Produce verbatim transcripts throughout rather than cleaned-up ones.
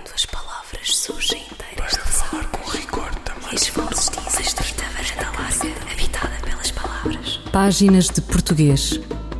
Quando as palavras surgem inteiras de falar com rigor também. E as vozes dizem estreita varanda larga, habitada pelas palavras. Páginas de Português.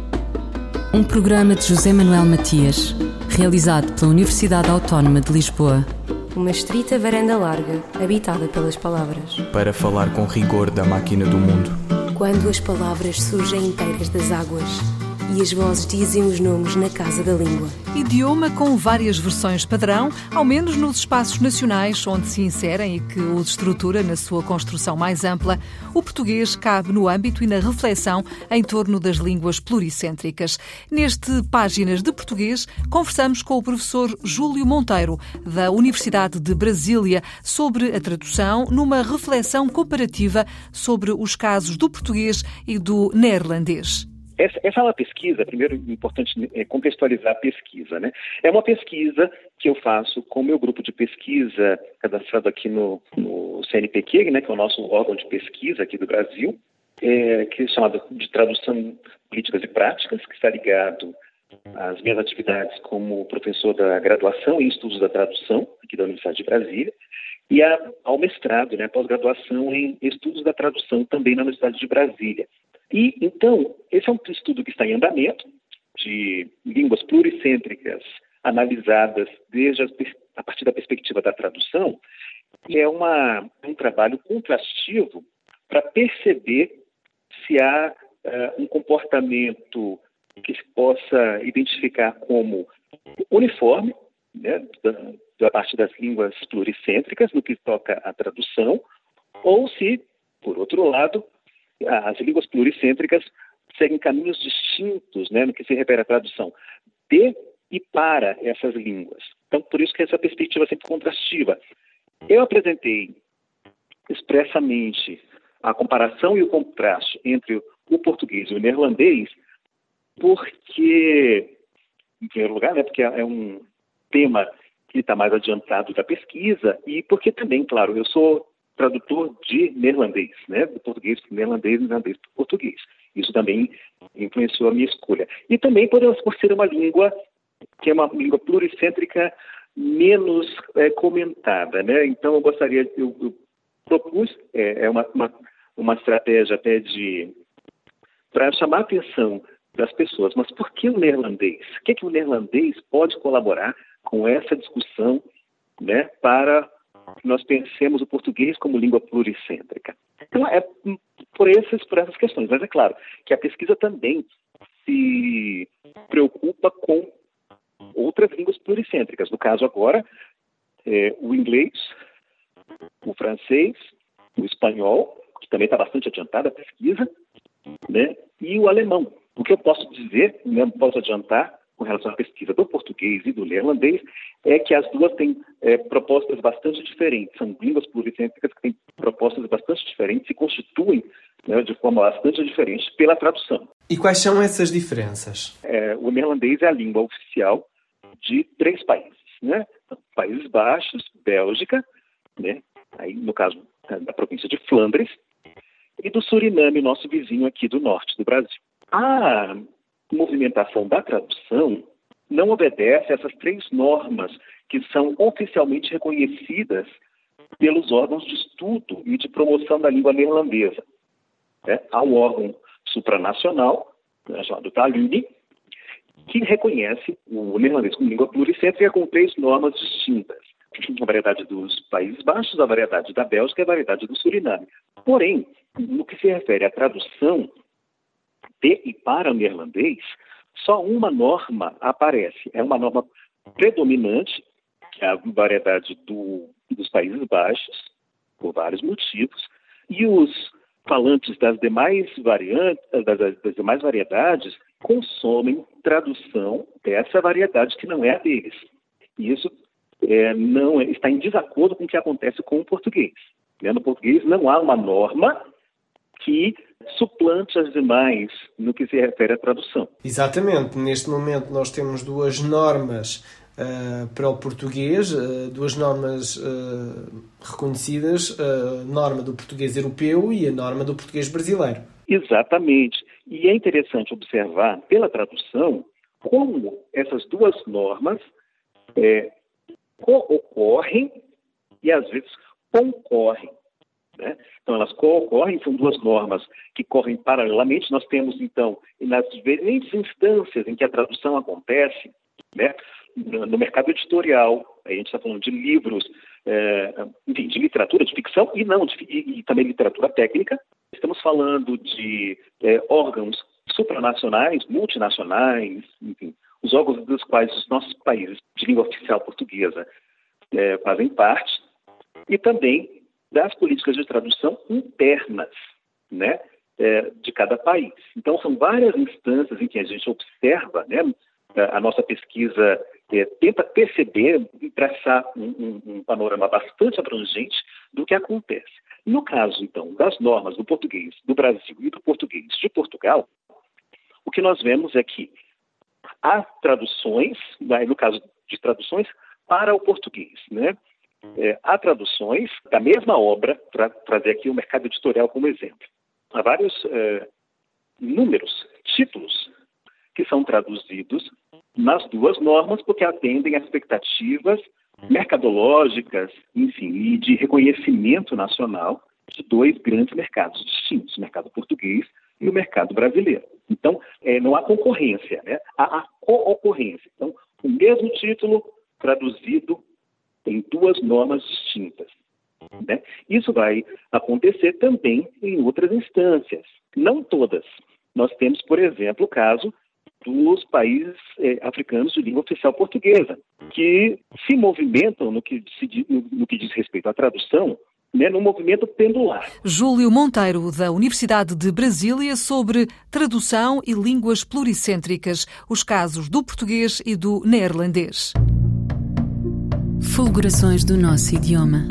Um programa de José Manuel Matias, realizado pela Universidade Autónoma de Lisboa. Uma estreita varanda larga, habitada pelas palavras. Para falar com rigor da máquina do mundo. Quando as palavras surgem inteiras das águas e as vozes dizem os nomes na casa da língua. Idioma com várias versões padrão, ao menos nos espaços nacionais onde se inserem e que os estrutura na sua construção mais ampla, o português cabe no âmbito e na reflexão em torno das línguas pluricêntricas. Neste Páginas de Português, conversamos com o professor Júlio Monteiro, da Universidade de Brasília, sobre a tradução numa reflexão comparativa sobre os casos do português e do neerlandês. Essa, essa é uma pesquisa, primeiro importante é contextualizar a pesquisa, né? É uma pesquisa que eu faço com o meu grupo de pesquisa cadastrado aqui no, no C N P Q, né, que é o nosso órgão de pesquisa aqui do Brasil, é, que é chamado de Tradução Políticas e Práticas, que está ligado às minhas atividades como professor da graduação em estudos da tradução aqui da Universidade de Brasília e a, ao mestrado, né, pós-graduação em estudos da tradução também na Universidade de Brasília. E, então, esse é um estudo que está em andamento, de línguas pluricêntricas analisadas desde a, a partir da perspectiva da tradução, e é uma, um trabalho contrastivo para perceber se há uh, um comportamento que se possa identificar como uniforme, né, da, da parte das línguas pluricêntricas, no que toca à tradução, ou se, por outro lado, as línguas pluricêntricas seguem caminhos distintos, né, no que se refere à tradução de e para essas línguas. Então, por isso que essa perspectiva é sempre contrastiva. Eu apresentei expressamente a comparação e o contraste entre o português e o neerlandês porque, em primeiro lugar, né, porque é um tema que está mais adiantado da pesquisa e porque também, claro, eu sou tradutor de neerlandês, né? Do português para neerlandês, neerlandês para português. Isso também influenciou a minha escolha. E também por ser uma língua que é uma língua pluricêntrica menos é, comentada, né? Então eu gostaria, eu, eu propus, é, é uma, uma, uma estratégia até de, para chamar a atenção das pessoas, mas por que o neerlandês? O que é que o neerlandês pode colaborar com essa discussão, né, para que nós pensemos o português como língua pluricêntrica. Então, é por essas, por essas questões. Mas é claro que a pesquisa também se preocupa com outras línguas pluricêntricas. No caso agora, é, o inglês, o francês, o espanhol, que também está bastante adiantada a pesquisa, né, e o alemão. O que eu posso dizer, não posso adiantar, com relação à pesquisa do português e do neerlandês, é que as duas têm é, propostas bastante diferentes. São línguas pluricêntricas que têm propostas bastante diferentes e constituem, né, de forma bastante diferente pela tradução. E quais são essas diferenças? É, o neerlandês é a língua oficial de três países, né? Países Baixos, Bélgica, né? Aí, no caso da província de Flandres, e do Suriname, nosso vizinho aqui do norte do Brasil. A movimentação da tradução não obedece a essas três normas que são oficialmente reconhecidas pelos órgãos de estudo e de promoção da língua neerlandesa. É, há um órgão supranacional, né, chamado Talunie, que reconhece o neerlandês como língua pluricêntrica com três normas distintas. A variedade dos Países Baixos, a variedade da Bélgica e a variedade do Suriname. Porém, no que se refere à tradução de e para o neerlandês, só uma norma aparece. É uma norma predominante, que é a variedade do, dos Países Baixos, por vários motivos, e os falantes das demais variantes, das, das demais variedades, consomem tradução dessa variedade que não é a deles. E isso é, não é, está em desacordo com o que acontece com o português. Né? No português não há uma norma que suplante as demais no que se refere à tradução. Exatamente. Neste momento nós temos duas normas uh, para o português, uh, duas normas uh, reconhecidas, a norma do português europeu e a norma do português brasileiro. Exatamente. E é interessante observar pela tradução como essas duas normas é, co-ocorrem e às vezes concorrem, né? Então, elas co-ocorrem, são duas normas que correm paralelamente. Nós temos, então, nas diferentes instâncias em que a tradução acontece, né? No mercado editorial, a gente está falando de livros, é, enfim, de literatura, de ficção e, não, de, e, e também literatura técnica. Estamos falando de é, órgãos supranacionais, multinacionais, enfim, os órgãos dos quais os nossos países de língua oficial portuguesa é, fazem parte, e também das políticas de tradução internas, né, é, de cada país. Então, são várias instâncias em que a gente observa, né, a nossa pesquisa é, tenta perceber e traçar um, um, um panorama bastante abrangente do que acontece. No caso, então, das normas do português do Brasil e do português de Portugal, o que nós vemos é que há traduções, no caso de traduções para o português, né? É, há traduções da mesma obra, para trazer aqui o mercado editorial como exemplo. Há vários é, números, títulos, que são traduzidos nas duas normas porque atendem às expectativas mercadológicas, enfim, e de reconhecimento nacional de dois grandes mercados distintos, o mercado português e o mercado brasileiro. Então, é, não há concorrência, né? Há a co-ocorrência. Então, o mesmo título traduzido em duas normas distintas, né? Isso vai acontecer também em outras instâncias, não todas. Nós temos, por exemplo, o caso dos países eh, africanos de língua oficial portuguesa, que se movimentam no que, se, no, no que diz respeito à tradução, né, no movimento pendular. Júlio Monteiro, da Universidade de Brasília, sobre tradução e línguas pluricêntricas, os casos do português e do neerlandês. Fulgurações do nosso idioma.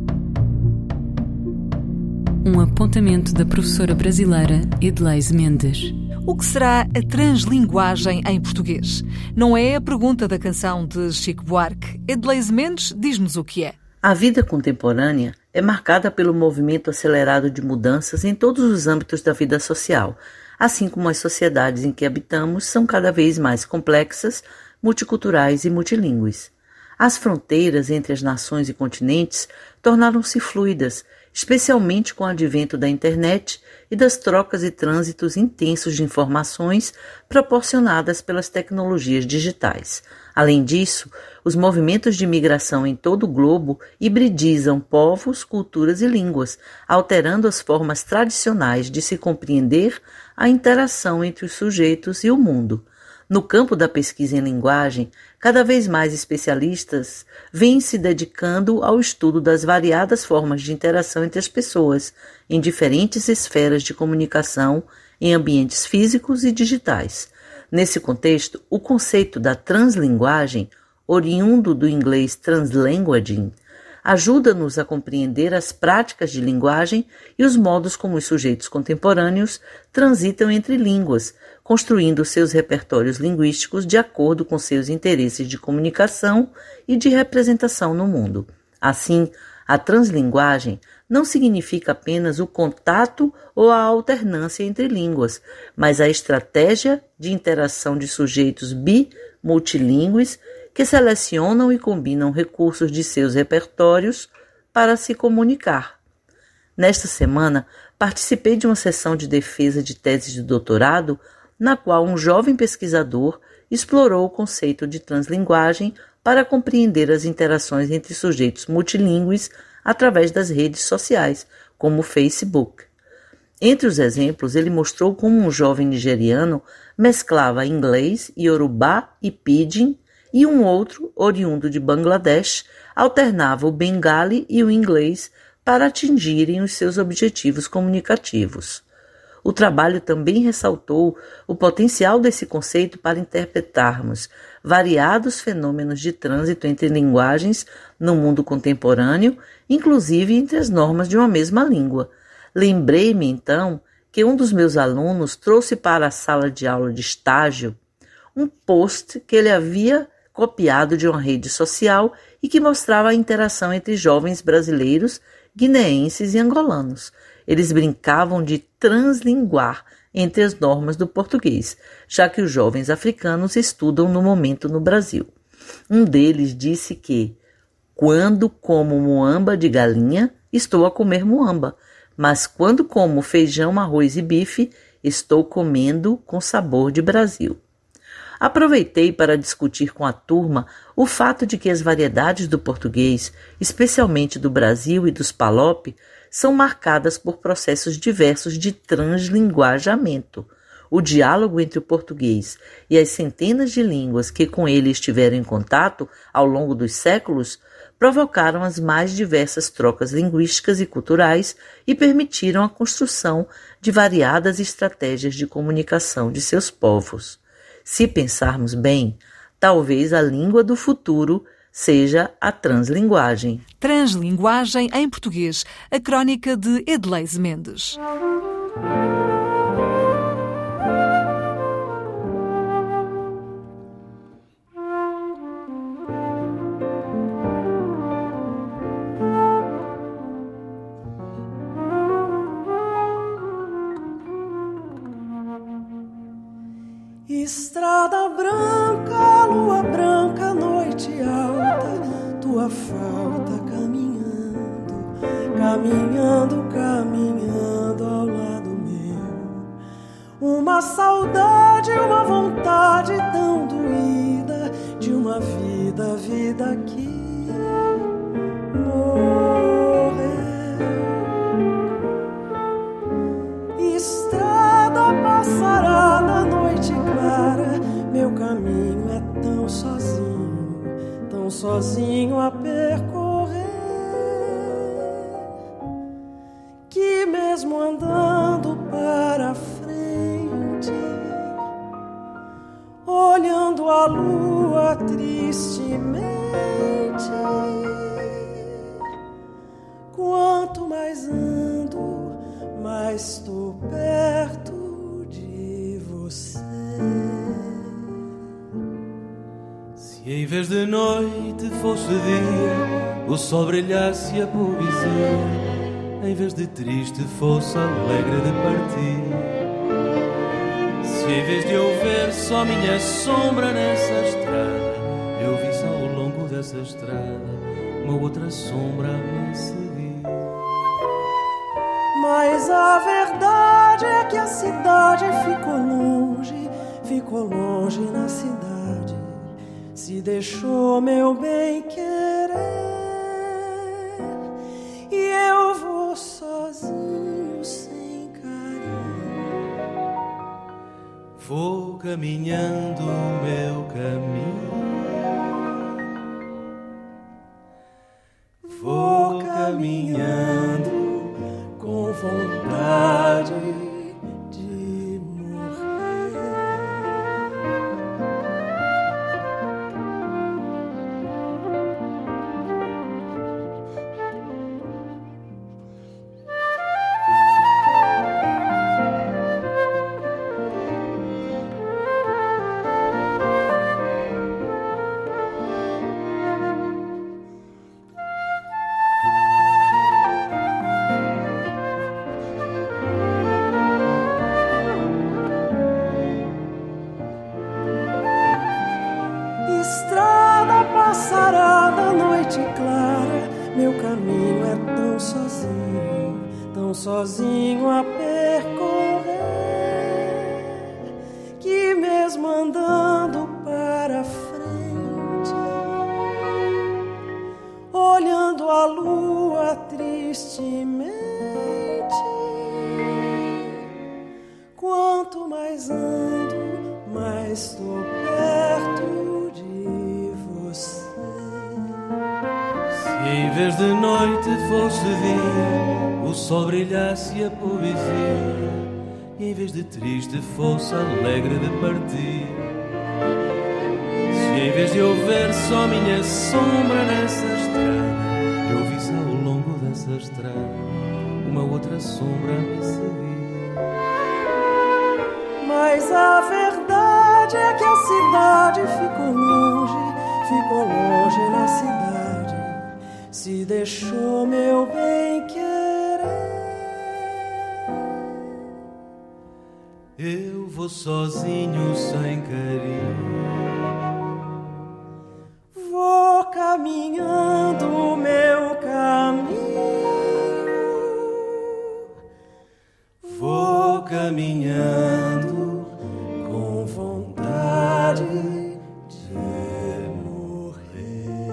Um apontamento da professora brasileira Edleise Mendes. O que será a translinguagem em português? Não é a pergunta da canção de Chico Buarque. Edleise Mendes diz-nos o que é. A vida contemporânea é marcada pelo movimento acelerado de mudanças em todos os âmbitos da vida social, assim como as sociedades em que habitamos são cada vez mais complexas, multiculturais e multilingües. As fronteiras entre as nações e continentes tornaram-se fluidas, especialmente com o advento da internet e das trocas e trânsitos intensos de informações proporcionadas pelas tecnologias digitais. Além disso, os movimentos de migração em todo o globo hibridizam povos, culturas e línguas, alterando as formas tradicionais de se compreender a interação entre os sujeitos e o mundo. No campo da pesquisa em linguagem, cada vez mais especialistas vêm se dedicando ao estudo das variadas formas de interação entre as pessoas, em diferentes esferas de comunicação, em ambientes físicos e digitais. Nesse contexto, o conceito da translinguagem, oriundo do inglês translanguaging, ajuda-nos a compreender as práticas de linguagem e os modos como os sujeitos contemporâneos transitam entre línguas, construindo seus repertórios linguísticos de acordo com seus interesses de comunicação e de representação no mundo. Assim, a translinguagem não significa apenas o contato ou a alternância entre línguas, mas a estratégia de interação de sujeitos bi, multilingües, que selecionam e combinam recursos de seus repertórios para se comunicar. Nesta semana, participei de uma sessão de defesa de tese de doutorado, na qual um jovem pesquisador explorou o conceito de translinguagem para compreender as interações entre sujeitos multilingües através das redes sociais, como o Facebook. Entre os exemplos, ele mostrou como um jovem nigeriano mesclava inglês, iorubá e pidgin, e um outro, oriundo de Bangladesh, alternava o bengali e o inglês para atingirem os seus objetivos comunicativos. O trabalho também ressaltou o potencial desse conceito para interpretarmos variados fenômenos de trânsito entre linguagens no mundo contemporâneo, inclusive entre as normas de uma mesma língua. Lembrei-me, então, que um dos meus alunos trouxe para a sala de aula de estágio um post que ele havia copiado de uma rede social e que mostrava a interação entre jovens brasileiros, guineenses e angolanos. Eles brincavam de translinguar entre as normas do português, já que os jovens africanos estudam no momento no Brasil. Um deles disse que Quando como muamba de galinha, estou a comer muamba, mas quando como feijão, arroz e bife, estou comendo com sabor de Brasil. Aproveitei para discutir com a turma o fato de que as variedades do português, especialmente do Brasil e dos Palop, são marcadas por processos diversos de translinguajamento. O diálogo entre o português e as centenas de línguas que com ele estiveram em contato ao longo dos séculos provocaram as mais diversas trocas linguísticas e culturais e permitiram a construção de variadas estratégias de comunicação de seus povos. Se pensarmos bem, talvez a língua do futuro seja a translinguagem. Translinguagem em português, a crónica de Edleise Mendes. Estrada branca, lua branca, noite alta, tua falta caminhando, caminhando, caminhando ao lado meu. Uma saudade, uma vontade tão doída de uma vida, vida que morreu. Estrada passará na noite clara, meu caminho é tão sozinho, tão sozinho a percorrer, que mesmo andando para frente, olhando a lua tristemente, quanto mais ando, mais estou perto de você. Se em vez de noite fosse dia, o sol brilhasse e a poesia, em vez de triste fosse alegre de partir. Se em vez de eu ver só minha sombra nessa estrada, eu visse ao longo dessa estrada uma outra sombra a me seguir. Mas a verdade é que a cidade ficou longe, ficou longe na cidade, se deixou meu bem querer, e eu vou sozinho sem carinho, vou caminhando o meu caminho, vou caminhando com vontade de morrer. Sozinho a percorrer, que mesmo andando para frente, olhando a lua tristemente, quanto mais ando, mais estou perto de você. Se em vez de noite fosse dia, o sol brilhasse a poesia, e em vez de triste fosse alegre de partir. Se em vez de eu ver só minha sombra nessa estrada, eu visse ao longo dessa estrada uma outra sombra a me seguir. Mas a verdade é que a cidade ficou longe, ficou longe na cidade, se deixou meu bem querer. Eu vou sozinho sem carinho, vou caminhando caminhando meu caminho, vou caminhando com vontade de morrer.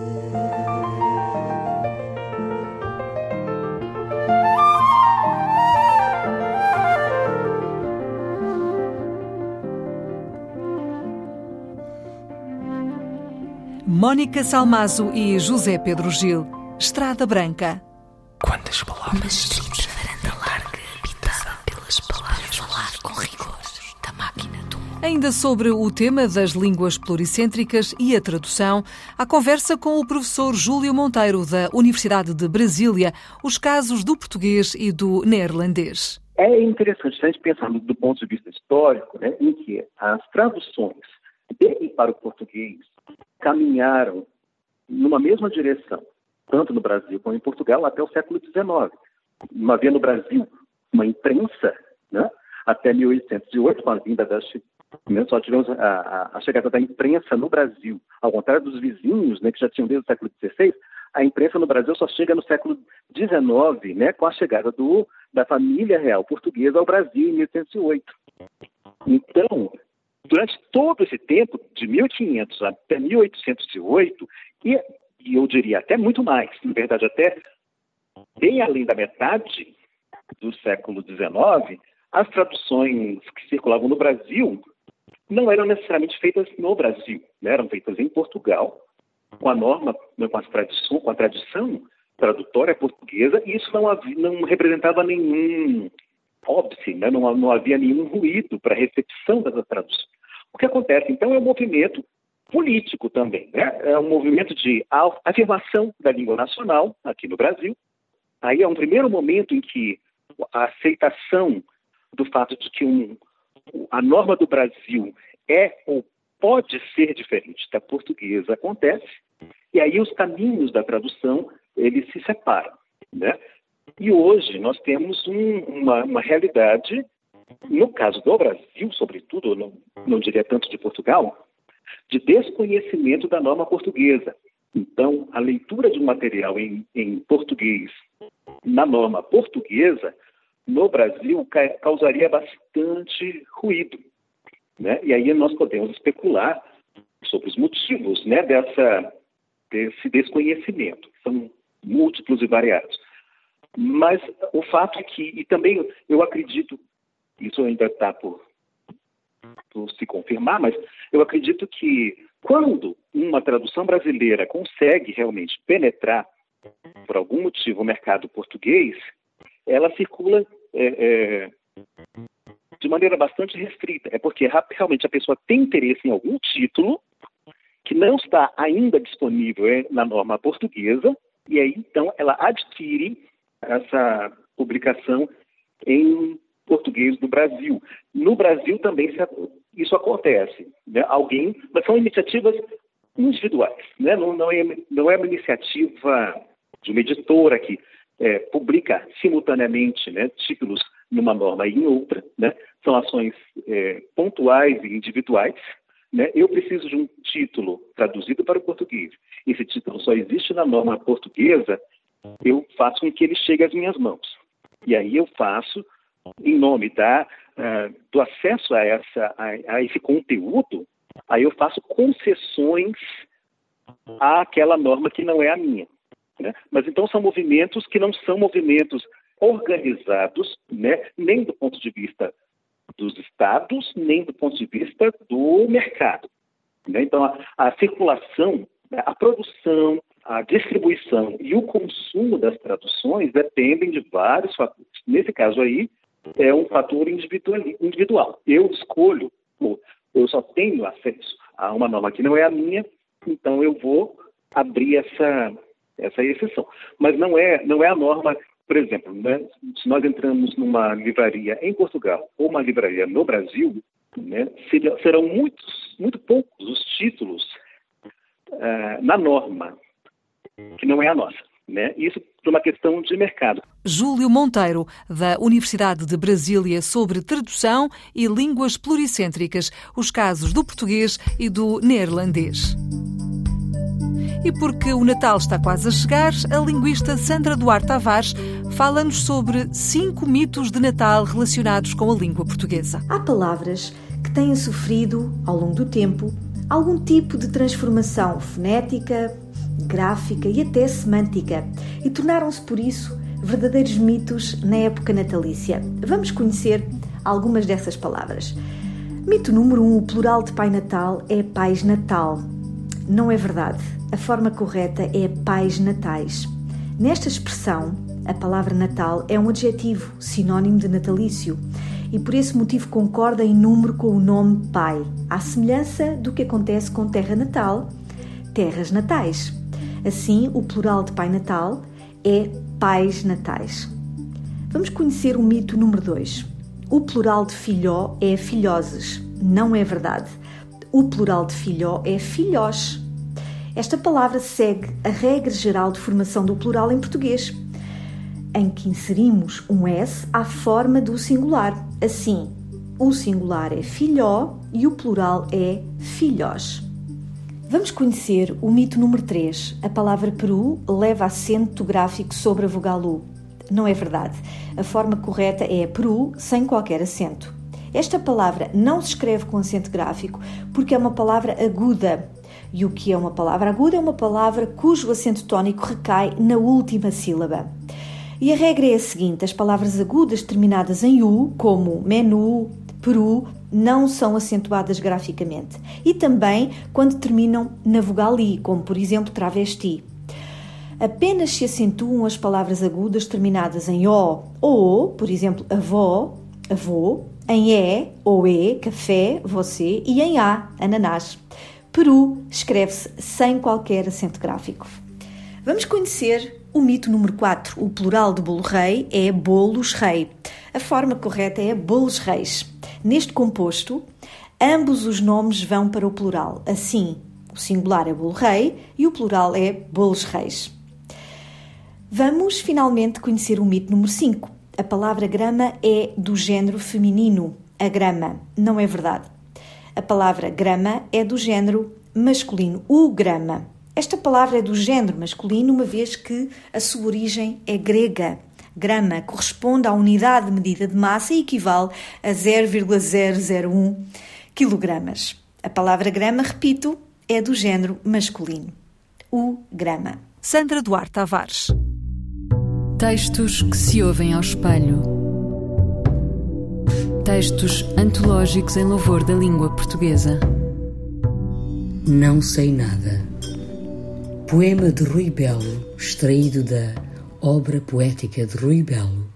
Mónica Salmazo e José Pedro Gil. Estrada Branca. Quantas palavras? Uma estrita varanda larga, habitada pelas palavras. Falar com rigor da máquina do mundo. Ainda sobre o tema das línguas pluricêntricas e a tradução, a conversa com o professor Júlio Monteiro, da Universidade de Brasília, os casos do português e do neerlandês. É interessante a gente pensar do ponto de vista histórico, né, em que as traduções dele para o português caminharam numa mesma direção, tanto no Brasil como em Portugal, até o século dezenove. Havia no Brasil uma imprensa, né, até mil oitocentos e oito, com a vinda das... Né, só tivemos a, a, a chegada da imprensa no Brasil, ao contrário dos vizinhos, né, que já tinham desde o século dezesseis, a imprensa no Brasil só chega no século dezenove, né, com a chegada do, da família real portuguesa ao Brasil em mil oitocentos e oito. Então, durante todo esse tempo, de mil e quinhentos até mil oitocentos e oito, e, e eu diria até muito mais, na verdade até bem além da metade do século dezenove, as traduções que circulavam no Brasil não eram necessariamente feitas no Brasil, né? Eram feitas em Portugal, com a norma, com, as tradição, com a tradição tradutória portuguesa, e isso não, havia, não representava nenhum óbice, né? não, não havia nenhum ruído para a recepção dessas traduções. O que acontece, então, é um movimento político também, né? É um movimento de afirmação da língua nacional aqui no Brasil. Aí é um primeiro momento em que a aceitação do fato de que um, a norma do Brasil é ou pode ser diferente da portuguesa acontece, e aí os caminhos da tradução, eles se separam, né? E hoje nós temos um, uma, uma realidade, no caso do Brasil, sobretudo, não, não diria tanto de Portugal, de desconhecimento da norma portuguesa. Então, a leitura de um material em, em português na norma portuguesa, no Brasil, ca- causaria bastante ruído, né? E aí nós podemos especular sobre os motivos, né, dessa, desse desconhecimento. São múltiplos e variados. Mas o fato é que, e também eu acredito, isso ainda está por, por se confirmar, mas eu acredito que quando uma tradução brasileira consegue realmente penetrar, por algum motivo, o mercado português, ela circula é, é, de maneira bastante restrita. É porque realmente a pessoa tem interesse em algum título que não está ainda disponível é, na norma portuguesa, e aí então ela adquire essa publicação em português do Brasil. No Brasil também isso acontece, né? Alguém, mas são iniciativas individuais, né? Não, não, é, não é uma iniciativa de uma editora que é, publica simultaneamente, né, títulos numa norma e em outra, né? São ações é, pontuais e individuais, né? Eu preciso de um título traduzido para o português. Esse título só existe na norma portuguesa. Eu faço com que ele chegue às minhas mãos. E aí eu faço, em nome da, uh, do acesso a, essa, a, a esse conteúdo, aí eu faço concessões àquela norma que não é a minha, né? Mas então são movimentos que não são movimentos organizados, né, nem do ponto de vista dos estados, nem do ponto de vista do mercado, né? Então a, a circulação, a produção, a distribuição e o consumo das traduções dependem de vários fatores. Nesse caso aí, é um fator individual. Eu escolho, eu só tenho acesso a uma norma que não é a minha, então eu vou abrir essa, essa exceção. Mas não é, não é a norma, por exemplo, né, se nós entramos numa livraria em Portugal ou uma livraria no Brasil, né, serão muitos, muito poucos os títulos uh, na norma, que não é a nossa, né? Isso por uma questão de mercado. Júlio Monteiro, da Universidade de Brasília, sobre tradução e línguas pluricêntricas, os casos do português e do neerlandês. E porque o Natal está quase a chegar, a linguista Sandra Duarte Tavares fala-nos sobre cinco mitos de Natal relacionados com a língua portuguesa. Há palavras que têm sofrido, ao longo do tempo, algum tipo de transformação fonética, gráfica e até semântica, e tornaram-se, por isso, verdadeiros mitos na época natalícia. Vamos conhecer algumas dessas palavras. Mito número um, o plural de Pai Natal é Pais Natal. Não é verdade. A forma correta é Pais Natais. Nesta expressão, a palavra Natal é um adjetivo, sinónimo de natalício, e por esse motivo concorda em número com o nome Pai, à semelhança do que acontece com terra natal, terras natais. Assim, o plural de Pai Natal é Pais Natais. Vamos conhecer o mito número dois. O plural de filhó é filhoses. Não é verdade. O plural de filhó é filhós. Esta palavra segue a regra geral de formação do plural em português, em que inserimos um S à forma do singular. Assim, o singular é filhó e o plural é filhós. Vamos conhecer o mito número três. A palavra Peru leva acento gráfico sobre a vogal U. Não é verdade. A forma correta é Peru sem qualquer acento. Esta palavra não se escreve com acento gráfico porque é uma palavra aguda. E o que é uma palavra aguda é uma palavra cujo acento tónico recai na última sílaba. E a regra é a seguinte: as palavras agudas terminadas em U, como menu, peru, não são acentuadas graficamente. E também quando terminam na vogal I, como por exemplo travesti. Apenas se acentuam as palavras agudas terminadas em O ou O, por exemplo avó, avô, em E ou E, café, você, e em A, ananás. Peru escreve-se sem qualquer acento gráfico. Vamos conhecer o mito número quatro. O plural de bolo rei é bolos rei. A forma correta é bolos reis. Neste composto, ambos os nomes vão para o plural. Assim, o singular é bolo rei e o plural é bolos reis. Vamos finalmente conhecer o mito número cinco. A palavra grama é do género feminino. A grama. Não é verdade. A palavra grama é do género masculino, o grama. Esta palavra é do género masculino, uma vez que a sua origem é grega. Grama corresponde à unidade de medida de massa e equivale a zero vírgula zero zero um quilogramas. A palavra grama, repito, é do género masculino, o grama. Sandra Duarte Tavares. Textos que se ouvem ao espelho. Textos antológicos em louvor da língua portuguesa. Não sei nada. Poema de Rui Belo, extraído da Obra Poética de Rui Belo.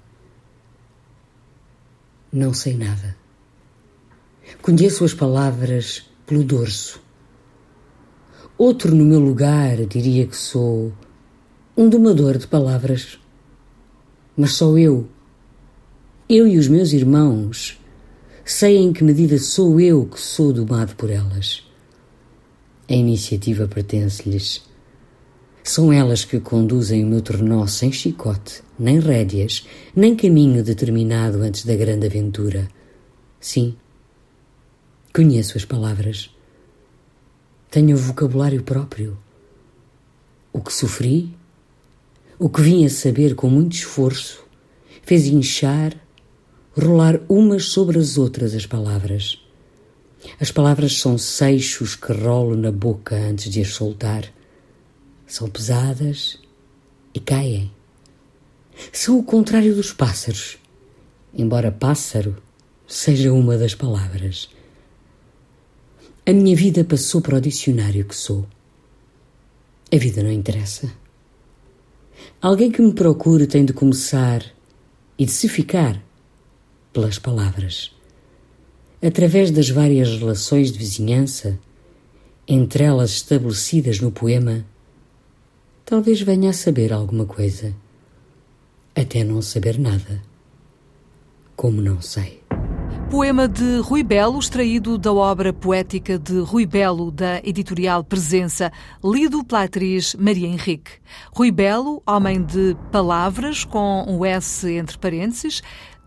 Não sei nada. Conheço as palavras pelo dorso. Outro no meu lugar diria que sou um domador de palavras. Mas só eu, eu e os meus irmãos, sei em que medida sou eu que sou domado por elas. A iniciativa pertence-lhes. São elas que conduzem o meu trenó sem chicote, nem rédeas, nem caminho determinado antes da grande aventura. Sim, conheço as palavras. Tenho o vocabulário próprio. O que sofri, o que vim a saber com muito esforço, fez inchar, rolar umas sobre as outras as palavras. As palavras são seixos que rolo na boca antes de as soltar. São pesadas e caem. São o contrário dos pássaros, embora pássaro seja uma das palavras. A minha vida passou para o dicionário que sou. A vida não interessa. Alguém que me procure tem de começar e de se ficar pelas palavras. Através das várias relações de vizinhança, entre elas estabelecidas no poema, talvez venha a saber alguma coisa, até não saber nada, como não sei. Poema de Rui Belo, extraído da obra poética de Rui Belo, da editorial Presença, lido pela atriz Maria Henrique. Rui Belo, homem de palavras, com um S entre parênteses,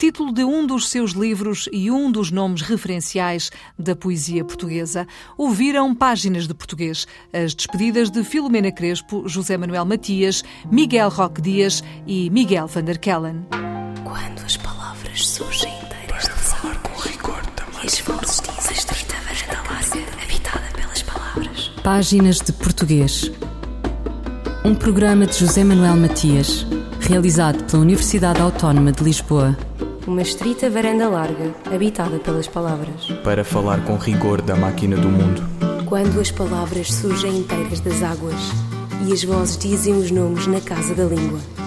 título de um dos seus livros e um dos nomes referenciais da poesia portuguesa. Ouviram Páginas de Português, as despedidas de Filomena Crespo, José Manuel Matias, Miguel Roque Dias e Miguel van der Kellen. Quando as palavras surgem inteiras de falar com rigor também. E as vozes dizem estreita varanda larga, habitada pelas palavras. Páginas de Português. Um programa de José Manuel Matias, realizado pela Universidade Autónoma de Lisboa. Uma estreita varanda larga, habitada pelas palavras. Para falar com rigor da máquina do mundo. Quando as palavras surgem inteiras das águas e as vozes dizem os nomes na casa da língua.